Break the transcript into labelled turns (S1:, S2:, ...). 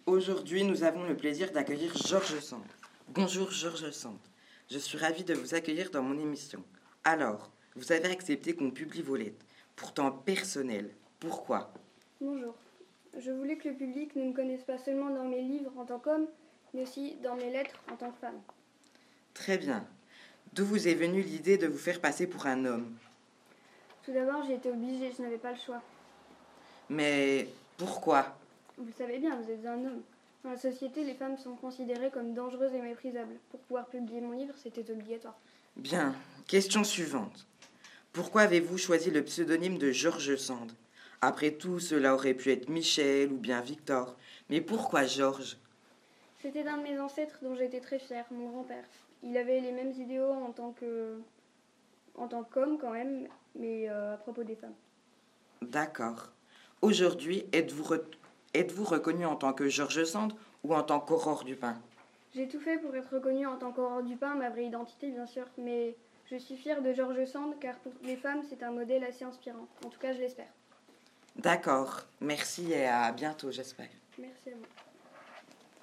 S1: Aujourd'hui, nous avons le plaisir d'accueillir Georges Sand. Bonjour Georges Sand. Je suis ravie de vous accueillir dans mon émission. Alors, vous avez accepté qu'on publie vos lettres, pourtant personnelles. Pourquoi ?
S2: Bonjour. Je voulais que le public ne me connaisse pas seulement dans mes livres en tant qu'homme, mais aussi dans mes lettres en tant que femme.
S1: Très bien. D'où vous est venue l'idée de vous faire passer pour un homme ?
S2: Tout d'abord, j'ai été obligée, je n'avais pas le choix.
S1: Mais pourquoi ?
S2: Vous le savez bien, vous êtes un homme. Dans la société, les femmes sont considérées comme dangereuses et méprisables. Pour pouvoir publier mon livre, c'était obligatoire.
S1: Bien. Question suivante. Pourquoi avez-vous choisi le pseudonyme de Georges Sand ? Après tout, cela aurait pu être Michel ou bien Victor. Mais pourquoi Georges ?
S2: C'était un de mes ancêtres dont j'étais très fière, mon grand-père. Il avait les mêmes idéaux en tant qu'homme quand même, mais à propos des femmes.
S1: D'accord. Aujourd'hui, êtes-vous reconnu en tant que Georges Sand ou en tant qu'Aurore Dupin ?
S2: J'ai tout fait pour être reconnue en tant qu'Aurore Dupin, ma vraie identité bien sûr, mais je suis fière de Georges Sand car pour les femmes c'est un modèle assez inspirant. En tout cas, je l'espère.
S1: D'accord. Merci et à bientôt, j'espère.
S2: Merci à vous.